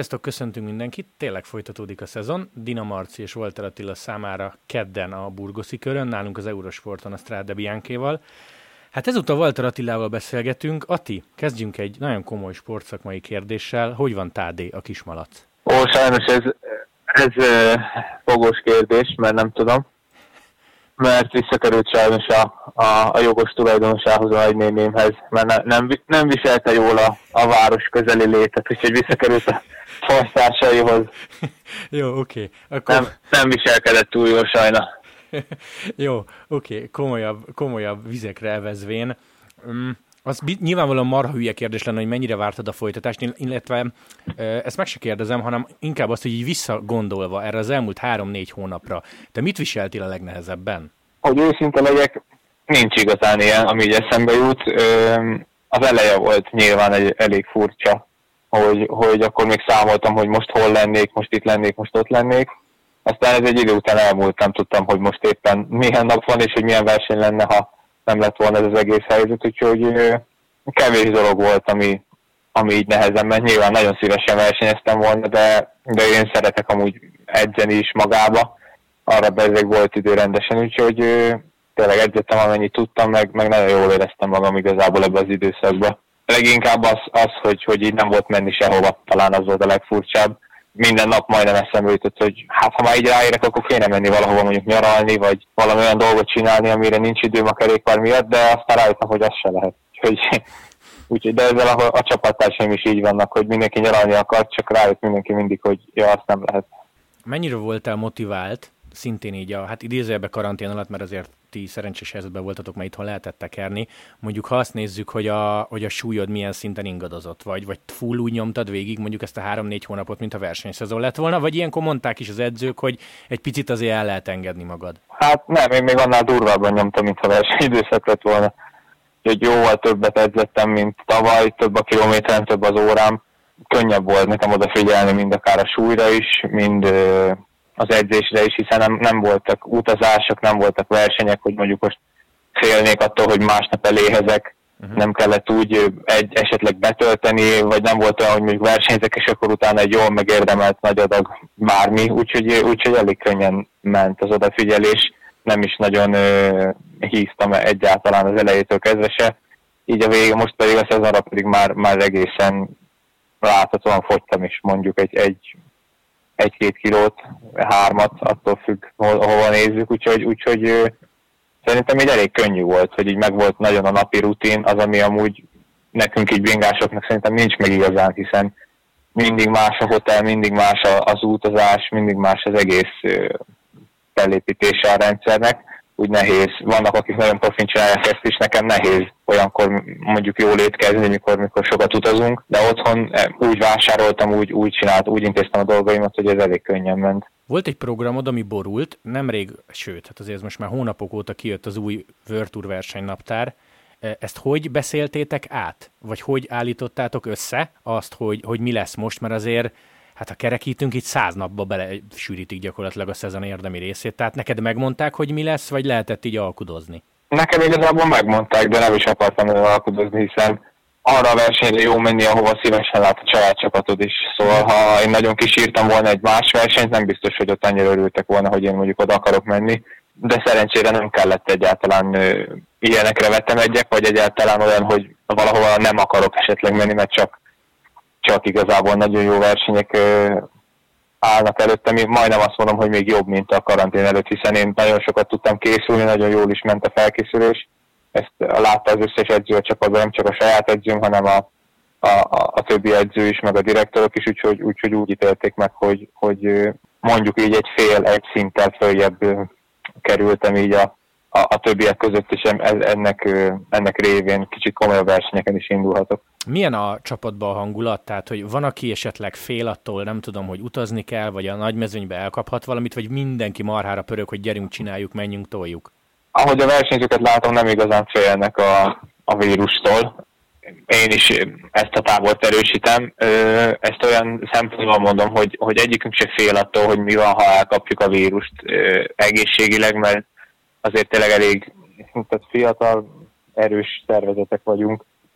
Sziasztok, köszöntünk mindenkit, tényleg folytatódik a szezon. Dina Marci és Walter Attila számára kedden a Burgoszi körön, nálunk az Eurosporton a Strade Biancheval. Hát ezúttal Walter Attilával beszélgetünk. Atti, kezdjünk egy nagyon komoly sportszakmai kérdéssel. Hogy van Tádé, a kismalac? Sajnos ez fogós kérdés, mert nem tudom. Mert visszakerült sajnos a jogos tulajdonosához, a nagynénémhez, mert nem viselte jól a város közeli létet, úgyhogy visszakerült a fasztársaihoz. Jó, oké. Akkor... Nem viselkedett túl jól sajna. Jó, oké. Komolyabb vizekre evezvén. Az nyilvánvalóan marha hülye kérdés lenne, hogy mennyire vártad a folytatást, illetve ezt meg se kérdezem, hanem inkább azt, hogy így visszagondolva erre az elmúlt 3-4 hónapra, te mit viseltél a legnehezebben? Hogy őszinte legyek, nincs igazán ilyen, ami így eszembe jut. Az eleje volt nyilván elég furcsa, hogy akkor még számoltam, hogy most hol lennék, most itt lennék, most ott lennék. Aztán ez egy idő után elmúlt, nem tudtam, hogy most éppen milyen nap van, és hogy milyen verseny lenne, ha nem lett volna ez az egész helyzet, úgyhogy kevés dolog volt, ami így nehezen ment. Nyilván nagyon szívesen versenyeztem volna, de én szeretek amúgy edzeni is magába. Arra bezeg volt idő rendesen, úgyhogy tényleg edzettem, amennyit tudtam, meg nagyon jól éreztem magam igazából ebbe az időszakban. Leginkább az hogy így nem volt menni sehova, talán az volt a legfurcsább. Minden nap majdnem eszembe jutott, hogy hát ha már így ráérek, akkor kéne menni valahova mondjuk nyaralni, vagy valami olyan dolgot csinálni, amire nincs időm a kerékpár miatt, de aztán rájöttem, hogy az se lehet. Úgyhogy de ezzel a csapattársaim is így vannak, hogy mindenki nyaralni akar, csak rájött mindenki mindig, hogy azt nem lehet. Mennyire voltál motivált, szintén így hát idézőjelben karantén alatt, mert azért ti szerencsés helyzetben voltatok, mert itthon lehetett tekerni. Mondjuk ha azt nézzük, hogy a súlyod milyen szinten ingadozott, vagy full úgy nyomtad végig mondjuk ezt a 3-4 hónapot, mint a versenyszezon lett volna, vagy ilyenkor mondták is az edzők, hogy egy picit azért el lehet engedni magad? Hát nem, én még annál durvábban nyomtam, mint a versenyidőszak lett volna. Úgyhogy jóval többet edzettem, mint tavaly, több a kilométeren, több az órám. Könnyebb volt nekem odafigyelni mind akár a súlyra is, mind az edzésre is, hiszen nem voltak utazások, nem voltak versenyek, hogy mondjuk most félnék attól, hogy másnap eléhezek, nem kellett úgy esetleg betölteni, vagy nem volt olyan, hogy mondjuk versenyzek, és akkor utána egy jól megérdemelt nagy adag bármi, úgyhogy elég könnyen ment az odafigyelés, nem is nagyon híztam egyáltalán az elejétől kezdve se, így a vége, most pedig a szezonra pedig már egészen láthatóan fogytam is, mondjuk egy-két kilót, 3, attól függ, hova nézzük, úgyhogy szerintem így elég könnyű volt, hogy így megvolt nagyon a napi rutin, az, ami amúgy nekünk így bringásoknak szerintem nincs meg igazán, hiszen mindig más a hotel, mindig más az utazás, mindig más az egész felépítése a rendszernek, úgy nehéz. Vannak, akik nagyon profin csinálják ezt is, nekem nehéz olyankor mondjuk jól étkezni, mikor sokat utazunk, de otthon úgy vásároltam, úgy csináltam, úgy intéztem a dolgaimat, hogy ez elég könnyen ment. Volt egy programod, ami borult, nemrég, sőt, hát azért most már hónapok óta kijött az új World Tour versenynaptár. Ezt hogy beszéltétek át? Vagy hogy állítottátok össze azt, hogy mi lesz most, mert azért hát ha kerekítünk, itt 100 napba belesűrítik gyakorlatilag a szezon érdemi részét. Tehát neked megmondták, hogy mi lesz, vagy lehetett így alkudozni? Nekem igazából megmondták, de nem is akartam alkudozni, hiszen arra a versenyre jó menni, ahova szívesen lát a családcsapatod is. Szóval ha én nagyon kísírtam volna egy más versenyt, nem biztos, hogy ott annyira örültek volna, hogy én mondjuk oda akarok menni. De szerencsére nem kellett egyáltalán ilyenekre vetemedjek, vagy egyáltalán olyan, hogy valahova nem akarok esetleg menni, mert csak igazából nagyon jó versenyek állnak előttem. Majdnem azt mondom, hogy még jobb, mint a karantén előtt, hiszen én nagyon sokat tudtam készülni, nagyon jól is ment a felkészülés. Ezt látta az összes edző a csapatban, nem csak a saját edzőm, hanem a többi edző is, meg a direktorok is, úgyhogy úgy ítélték meg, hogy mondjuk így egy szinttel följebb kerültem így a többiek között, és ennek révén kicsit komolyabb versenyeken is indulhatok. Milyen a csapatban a hangulat? Tehát, hogy van, aki esetleg fél attól, nem tudom, hogy utazni kell, vagy a nagymezőnybe elkaphat valamit, vagy mindenki marhára pörög, hogy gyerünk, csináljuk, menjünk, toljuk? Ahogy a versenyzőket látom, nem igazán félnek a vírustól. Én is ezt a tábort erősítem. Ezt olyan szempontból mondom, hogy egyikünk se fél attól, hogy mi van, ha elkapjuk a vírust egészségileg, mert azért tényleg elég fiatal, erős szervezetek vagyunk.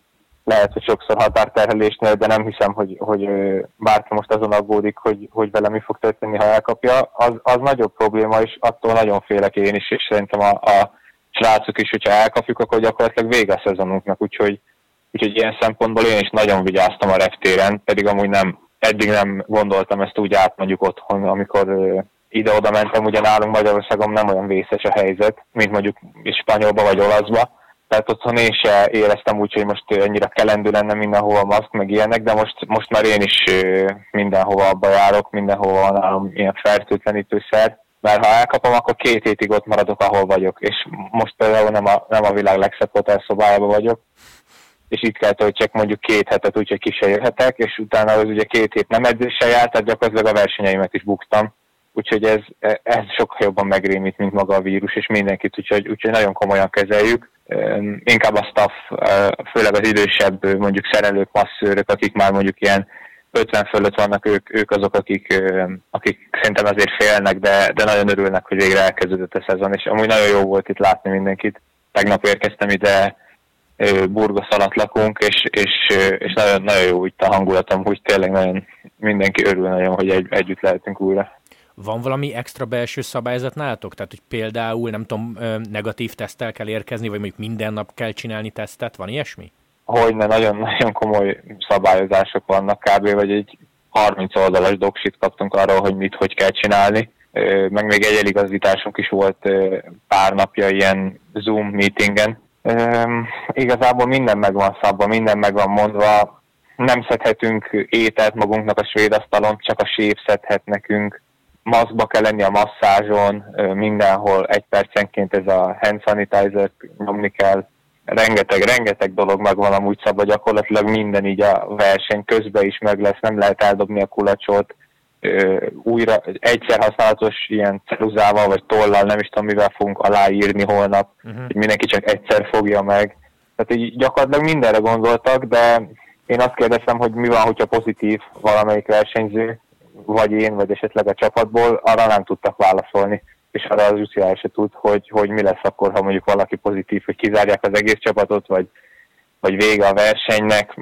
lehet, hogy sokszor határterhelésnél, de nem hiszem, hogy bárki most azon aggódik, hogy vele mi fog történni, ha elkapja. Az nagyobb probléma, és attól nagyon félek én is, és szerintem a srácok is, hogyha elkapjuk, akkor gyakorlatilag vége a szezonunknak, úgyhogy ilyen szempontból én is nagyon vigyáztam a reptéren, pedig amúgy eddig nem gondoltam ezt úgy át mondjuk otthon, amikor ide-oda mentem, ugye nálunk Magyarországon nem olyan vészes a helyzet, mint mondjuk Spanyolba vagy Olaszba. Tehát otthon én se éreztem úgy, hogy most annyira kelendő lenne mindenhova maszk, meg ilyenek, de most már én is mindenhova abba járok, mindenhova van nálam ilyen fertőtlenítőszer, mert ha elkapom, akkor 2 hétig ott maradok, ahol vagyok, és most például nem a világ legszebb hotelszobájában vagyok, és itt kell töltsek mondjuk 2 hetet, úgyhogy ki se jöhetek, és utána az ugye 2 hét nem edzéssel járt, tehát gyakorlatilag a versenyeimet is buktam. Úgyhogy ez sokkal jobban megrémít, mint maga a vírus, és mindenkit, úgyhogy nagyon komolyan kezeljük. Inkább a staff, főleg az idősebb mondjuk szerelők, masszőrök, akik már mondjuk ilyen 50 fölött vannak, ők azok, akik szerintem azért félnek, de nagyon örülnek, hogy végre elkezdődött a szezon, és amúgy nagyon jó volt itt látni mindenkit. Tegnap érkeztem ide, Burgos alatt lakunk, és nagyon, nagyon jó itt a hangulatom, úgy tényleg nagyon mindenki örül nagyon, hogy együtt lehetünk újra. Van valami extra belső szabályzat nálatok? Tehát, hogy például, nem tudom, negatív teszttel kell érkezni, vagy mondjuk minden nap kell csinálni tesztet? Van ilyesmi? Hogyne, nagyon komoly szabályozások vannak kb. Vagy egy 30 oldalas doksit kaptunk arról, hogy hogy kell csinálni. Meg még egy eligazításunk is volt pár napja ilyen Zoom meetingen. Igazából minden meg van szabva, minden meg van mondva. Nem szedhetünk ételt magunknak a svéd asztalon, csak a séf szedhet nekünk. Maszkba kell lenni a masszázson, mindenhol 1 percenként ez a hand sanitizer nyomni kell. Rengeteg dolog megvan amúgy szabva, gyakorlatilag minden így a verseny közben is meg lesz, nem lehet eldobni a kulacsot. Újra egyszer használatos ilyen ceruzával vagy tollal, nem is tudom mivel fogunk aláírni holnap, hogy mindenki csak egyszer fogja meg. Tehát így gyakorlatilag mindenre gondoltak, de én azt kérdeztem, hogy mi van, hogyha pozitív valamelyik versenyző, vagy én, vagy esetleg a csapatból, arra nem tudtak válaszolni, és arra az UCI se tud, hogy mi lesz akkor, ha mondjuk valaki pozitív, hogy kizárják az egész csapatot, vagy vége a versenynek,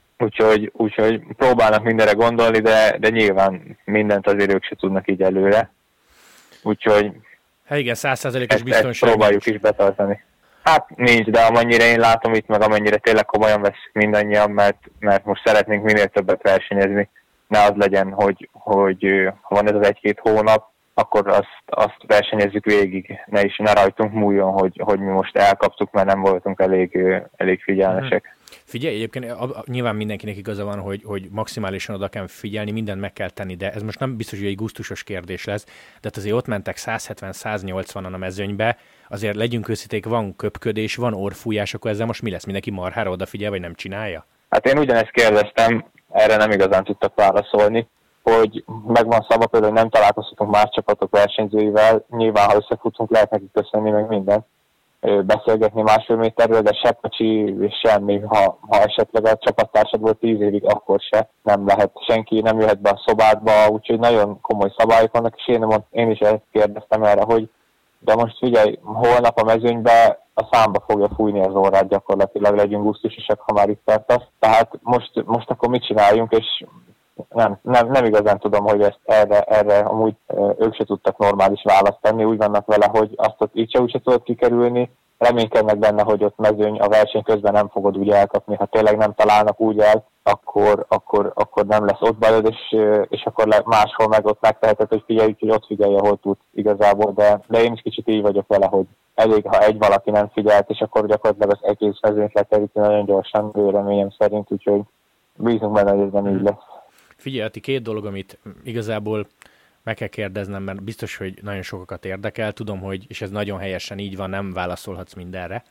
úgyhogy próbálnak mindenre gondolni, de nyilván mindent azért ők se tudnak így előre. Úgyhogy hát igen, 100%-os biztonság. Ezt próbáljuk is betartani. Hát nincs, de amennyire én látom itt, meg amennyire tényleg komolyan veszünk mindannyian, mert most szeretnénk minél többet versenyezni. Ne az legyen, hogy ha van ez az 1-2 hónap, akkor azt versenyezzük végig, ne rajtunk múljon, hogy mi most elkaptuk, mert nem voltunk elég figyelmesek. Figyelj, egyébként nyilván mindenkinek igaza van, hogy maximálisan oda kell figyelni, mindent meg kell tenni, de ez most nem biztos, hogy egy gusztusos kérdés lesz, de hát azért ott mentek 170-180-an a mezőnybe, azért legyünk őszinték, van köpködés, van orrfújás, akkor ezzel most mi lesz? Mindenki marhára odafigyel, vagy nem csinálja? Hát én ugyanezt kérdeztem, erre nem igazán tudtak válaszolni, hogy megvan szabva, például nem találkozhatunk más csapatok versenyzőivel, nyilván ha összefutunk, lehet nekik köszönni meg mindent, beszélgetni másfél méterről, de se kocsi, semmi, ha esetleg a csapattársad volt 10 évig, akkor se nem lehet, senki nem jöhet be a szobádba, úgyhogy nagyon komoly szabályok vannak, és én is ezt kérdeztem erre, hogy de most figyelj, holnap a mezőnybe a számba fogja fújni az órát gyakorlatilag, legyünk gusztusosak, ha már itt tartasz. Tehát most akkor mit csináljunk, és nem igazán tudom, hogy ezt erre amúgy ők se tudtak normális választ tenni, úgy vannak vele, hogy azt ott így se úgy se tudod kikerülni, reménykednek benne, hogy ott mezőny a verseny közben nem fogod úgy elkapni, ha tényleg nem találnak úgy el, akkor nem lesz ott bajod, és akkor máshol meg ott megteheted, hogy figyelj, hogy ott figyelj, ahol tud igazából, de én is kicsit így vagyok vele, hogy elég, ha egy valaki nem figyelt, és akkor gyakorlatilag az egész mezőnyt leteríti nagyon gyorsan, véleményem szerint, úgyhogy bízunk benne, hogy ez nem így lesz. Figyelj, Ati, 2 dolog, amit igazából meg kell kérdeznem, mert biztos, hogy nagyon sokakat érdekel. Tudom, hogy, és ez nagyon helyesen így van, nem válaszolhatsz mindenre.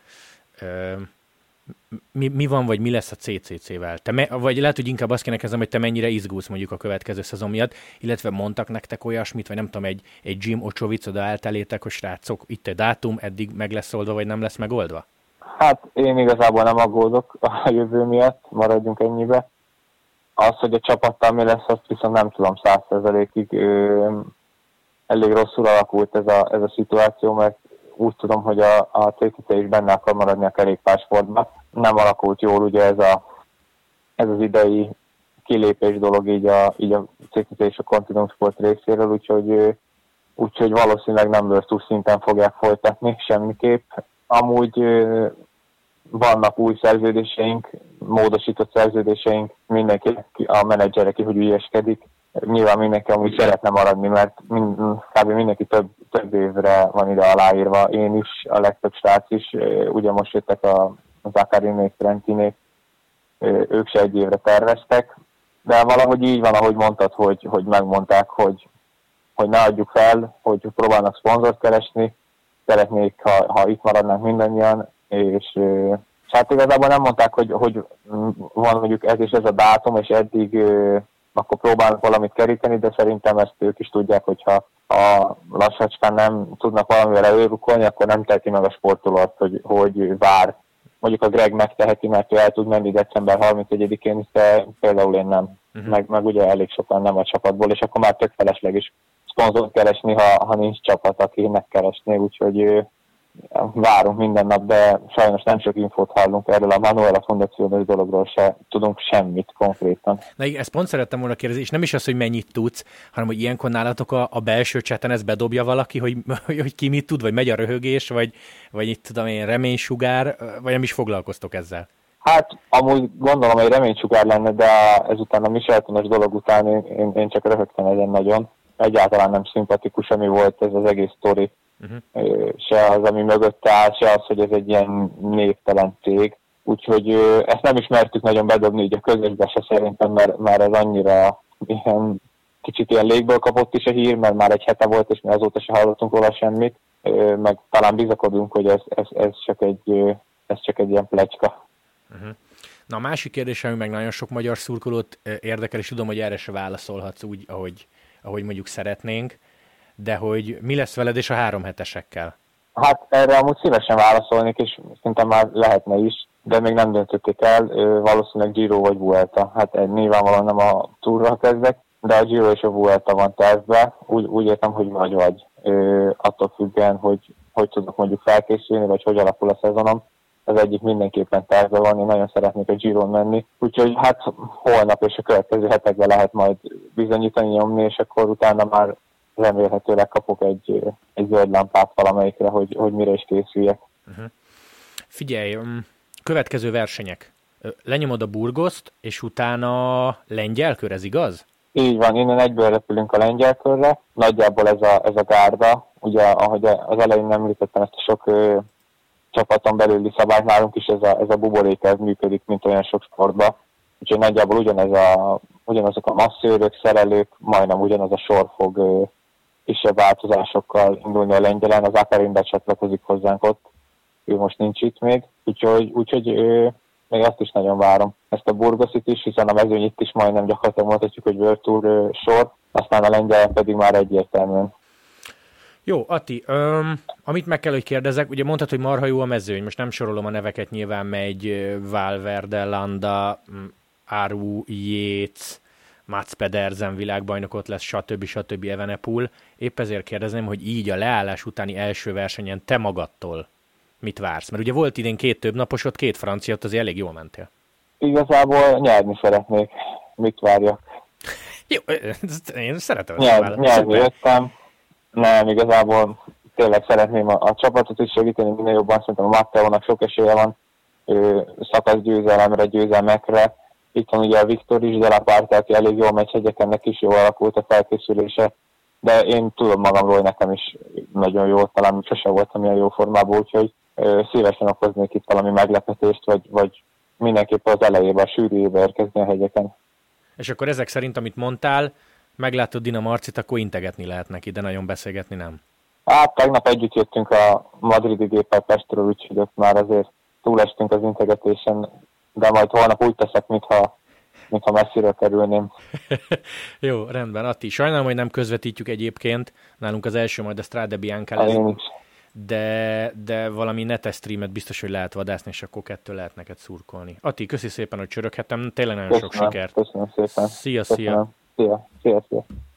Mi van, vagy mi lesz a CCC-vel? Vagy lehet, hogy inkább azt kéne kezdem, hogy te mennyire izgulsz mondjuk a következő szezon miatt, illetve mondtak nektek olyasmit, vagy nem tudom, egy Jim Ochovic oda eltelétek, hogy srácok, itt egy dátum, eddig meg lesz oldva, vagy nem lesz megoldva? Hát én igazából nem aggódok a jövő miatt, maradjunk ennyibe. Az, hogy a csapattal mi lesz, azt viszont nem tudom 100%-ig. Elég rosszul alakult ez a szituáció, mert úgy tudom, hogy a CCC is benne akar maradni a kerékpársportban. Nem alakult jól ugye ez a ez az idei kilépés dolog így a CCC és a Continuum Sport részéről, úgyhogy valószínűleg nem Virtus szinten fogják folytatni semmiképp. Amúgy vannak új szerződéseink, módosított szerződéseink, mindenki, a menedzser, aki hogy ügyeskedik. Nyilván mindenki amúgy szeretne maradni, mert kb. Mindenki több évre van ide aláírva, én is, a legtöbb srác is. Ugye most jöttek az Akarinék, Trentinék, ők se egy évre terveztek, de valahogy így van, ahogy mondtad, hogy megmondták, hogy ne adjuk fel, hogy próbálnak szponzort keresni, szeretnék, ha itt maradnánk mindannyian, és hát igazából nem mondták, hogy van mondjuk ez és ez a dátum, és eddig akkor próbálnak valamit keríteni, de szerintem ezt ők is tudják, hogyha lassacskán nem tudnak valamivel előrukolni, akkor nem teheti meg a sportoló azt, hogy vár. Mondjuk a Greg megteheti, mert ő el tud menni december 31-én, de például én nem. Meg ugye elég sokan nem a csapatból, és akkor már tök felesleges szponzort keresni, ha nincs csapat, aki megkeresné, úgyhogy várunk minden nap, de sajnos nem sok infót hallunk erről a Manuela Fundaciones dologról, se tudunk semmit konkrétan. Na igen, ezt pont szerettem volna kérdezni, és nem is az, hogy mennyit tudsz, hanem hogy ilyenkor nálatok a belső chaten ezt bedobja valaki, hogy ki mit tud, vagy megy a röhögés, vagy itt tudom én, reménysugár, vagy nem is foglalkoztok ezzel? Hát amúgy gondolom, hogy reménysugár lenne, de ezután a Micheltonos dolog után én csak röhögtem ezen nagyon. Egyáltalán nem szimpatikus, ami volt ez az egész sztori. Se az, ami mögött áll, se az, hogy ez egy ilyen névtelen cég. Úgyhogy ezt nem is mertük nagyon bedobni így a közösbe se szerintem, mert ez annyira kicsit ilyen légből kapott is a hír, mert már egy hete volt, és mi azóta se hallottunk róla semmit. Meg talán bizakodunk, hogy ez csak egy ilyen pletyka. Na a másik kérdés, ami meg nagyon sok magyar szurkolót érdekel, és tudom, hogy erre se válaszolhatsz úgy, ahogy mondjuk szeretnénk, de hogy mi lesz veled és a 3 hetesekkel? Hát erre amúgy szívesen válaszolnék, és szerintem már lehetne is, de még nem döntötték el, valószínűleg Giro vagy Vuelta. Hát nyilvánvalóan nem a Tourral kezdek, de a Giro és a Vuelta van tervbe, úgy értem, hogy vagy. Attól függően, hogy tudok mondjuk felkészülni, vagy hogy alakul a szezonom. Az egyik mindenképpen tervbe van, én nagyon szeretnék a Giron menni, úgyhogy hát holnap és a következő hetekben lehet majd bizonyítani, nyomni, és akkor utána már remélhetőleg kapok egy zöld lámpát valamelyikre, hogy mire is készüljek. Figyelj, következő versenyek. Lenyomod a Burgoszt, és utána Lengyelkör, ez igaz? Így van, innen egyből repülünk a Lengyelkörre. Nagyjából ez a gárda, ugye ahogy az elején említettem ezt a sok csapaton belüli szabályt, nálunk is ez a buborék ez működik, mint olyan sok sportban. Úgyhogy nagyjából ugyanazok a masszőrök, szerelők, majdnem ugyanaz a sor fog kisebb változásokkal indulni a lengyelen. Az Akarin becsatlakozik hozzánk ott, ő most nincs itt még, úgyhogy még azt is nagyon várom. Ezt a Burgosit is, hiszen a mezőny itt is majdnem gyakorlatilag mondhatjuk, hogy World Tour sor, aztán a lengyelen pedig már egyértelműen. Jó, Atti, amit meg kell, hogy kérdezek, ugye mondtad, hogy marha jó a mezőny, most nem sorolom a neveket, nyilván megy Valverde, Landa, Aru, Yates, Mats Pedersen világbajnok ott lesz, stb. Evenepoel. Épp ezért kérdezném, hogy így a leállás utáni első versenyen te magadtól mit vársz? Mert ugye volt idén 2 többnaposod, 2 francia, ott azért elég jól mentél. Igazából nyerni szeretnék. Mit várjak? Jó, én szeretem nyerni jöttem. Nem, igazából tényleg szeretném a csapatot is segíteni minél jobban, szerintem a Matteónak sok esélye van szakaszgyőzelemre, győzelmekre. Itt van ugye a Viktor is, de a Laparte, aki elég jól megy hegyeken, neki is jól alakult a felkészülése, de én tudom magamról, hogy nekem is nagyon jó, talán sose voltam ilyen jó formában, úgyhogy szívesen okoznék itt valami meglepetést, vagy mindenképpen az elejében, a sűrűjébe érkezni a hegyeken. És akkor ezek szerint, amit mondtál, meglátod Dina Marcit, akkor integetni lehet neki, de nagyon beszélgetni nem. Hát tegnap együtt jöttünk a madridi géppel Pestről, úgyhogy ott már azért túlestünk az integetésen, de majd holnap úgy teszek, mintha messziről kerülném. Jó, rendben. Atti, sajnálom, hogy nem közvetítjük egyébként. Nálunk az első majd a Strade Bianca lesz. De valami netes streamet biztos, hogy lehet vadászni, és akkor 2 lehet neked szurkolni. Atti, köszi szépen, hogy csöröghettem. Tényleg nagyon sok sikert. Köszönöm szépen. Szia. Szia.